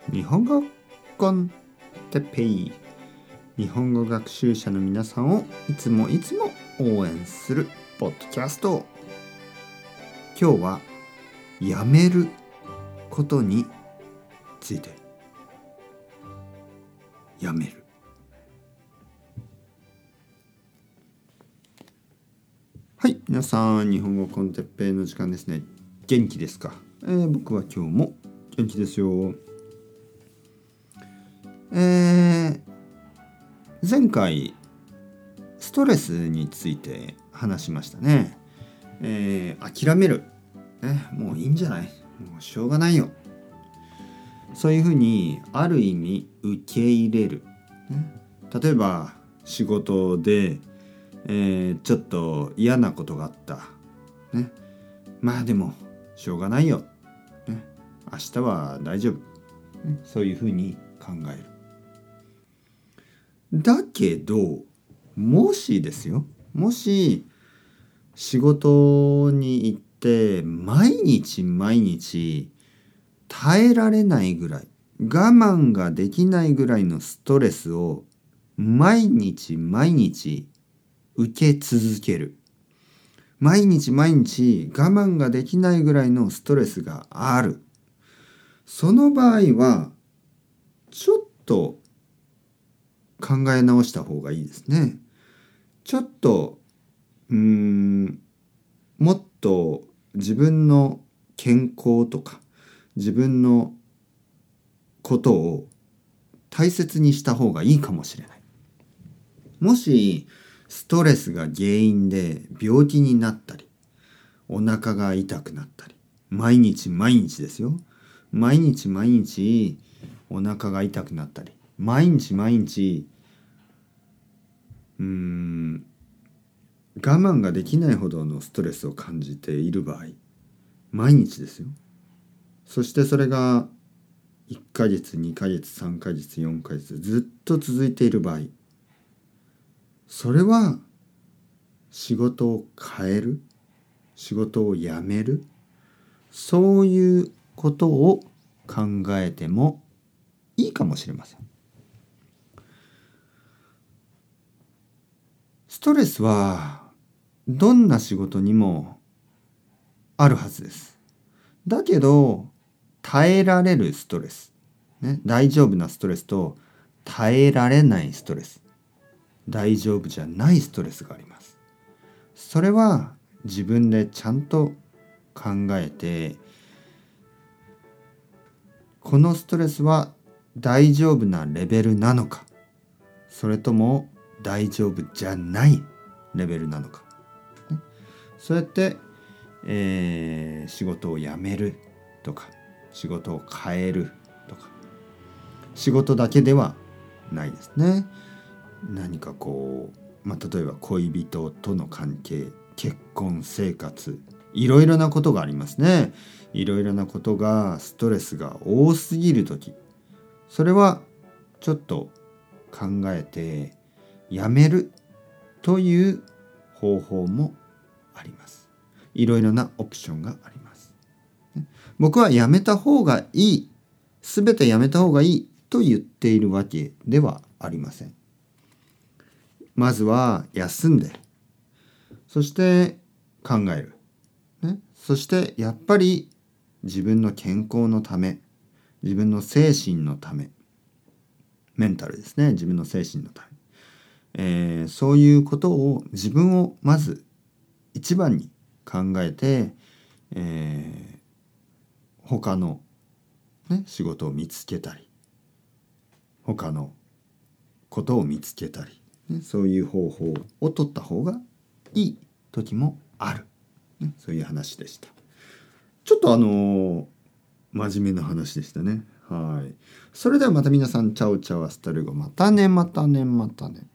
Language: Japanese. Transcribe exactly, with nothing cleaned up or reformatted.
日本語コンテッペイ。日本語学習者の皆さんをいつもいつも応援するポッドキャスト。今日はやめることについて。やめる。はい、皆さん、日本語コンテッペイの時間ですね。元気ですか？えー、僕は今日も元気ですよ。えー、前回ストレスについて話しましたね。えー、諦める、ね、もういいんじゃない、もうしょうがないよ、そういうふうにある意味受け入れる、ね、例えば仕事で、えー、ちょっと嫌なことがあった、ね、まあでもしょうがないよ、ね、明日は大丈夫、ね、そういうふうに考える。だけどもしですよ、もし仕事に行って毎日毎日耐えられないぐらい、我慢ができないぐらいのストレスを毎日毎日受け続ける。毎日毎日我慢ができないぐらいのストレスがある。その場合はちょっと考え直した方がいいですね。ちょっとうーんもっと自分の健康とか自分のことを大切にした方がいいかもしれない。もしストレスが原因で病気になったり、お腹が痛くなったり、毎日毎日ですよ、毎日毎日お腹が痛くなったり、毎日毎日うーん我慢ができないほどのストレスを感じている場合、毎日ですよ。そしてそれがいっかげつ、にかげつ、さんかげつ、よんかげつずっと続いている場合、それは仕事を変える、仕事を辞める、そういうことを考えてもいいかもしれません。ストレスはどんな仕事にもあるはずです。だけど耐えられるストレス、ね、大丈夫なストレスと耐えられないストレス、大丈夫じゃないストレスがあります。それは自分でちゃんと考えて、このストレスは大丈夫なレベルなのか、それとも大丈夫じゃないレベルなのか、ね、そうやって、えー、仕事を辞めるとか仕事を変えるとか、仕事だけではないですね。何かこう、まあ、例えば恋人との関係、結婚生活、いろいろなことがありますね。いろいろなことがストレスが多すぎるとき、それはちょっと考えてやめるという方法もあります。いろいろなオプションがあります。僕はやめた方がいい、すべてやめた方がいいと言っているわけではありません。まずは休んで、そして考える、ね、そしてやっぱり自分の健康のため、自分の精神のため、メンタルですね、自分の精神のため、えー、そういうことを、自分をまず一番に考えて、えー、他の、ね、仕事を見つけたり、他のことを見つけたり、ね、そういう方法を取った方がいい時もある、ね、そういう話でした。ちょっとあのー、真面目な話でしたね。はい。それではまた皆さん、チャオチャオアスタルゴ、またねまたねまたね。